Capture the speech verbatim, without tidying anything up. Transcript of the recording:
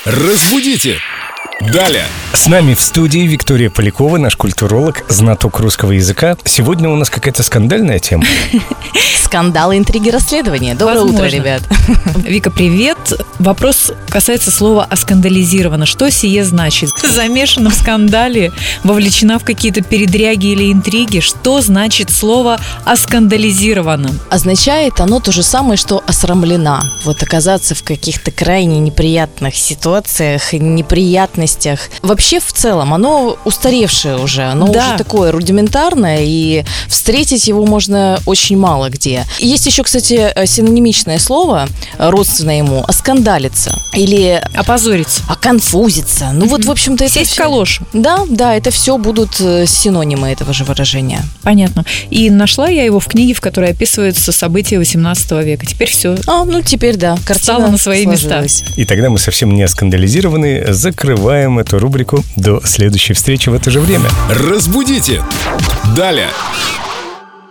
Разбудите! Далее! С нами в студии Виктория Полякова, наш культуролог, знаток русского языка. Сегодня у нас какая-то скандальная тема. Скандалы, интриги, расследования. Доброе Возможно. утро, ребят. Вика, привет. Вопрос касается слова «оскандализировано». Что сие значит? Замешана в скандале, вовлечена в какие-то передряги или интриги. Что значит слово «оскандализировано»? Означает оно то же самое, что осрамлена. Вот оказаться в каких-то крайне неприятных ситуациях, неприятностях. Вообще, в целом, оно устаревшее уже. Оно Да. уже такое рудиментарное, и встретить его можно очень мало где. Есть еще, кстати, синонимичное слово, родственное ему, оскандалиться. Или Опозориться. оконфузиться. Ну вот, в общем-то, это Сесть в всё- калошу. Да, да, это все будут э, синонимы этого же выражения. Понятно. И нашла я его в книге, в которой описываются события восемнадцатого века. Теперь все. А, ну теперь да, картина Встала на свои места. сложилась. И тогда мы совсем не оскандализированы. Закрываем эту рубрику. До следующей встречи в это же время. Разбудите! Далее!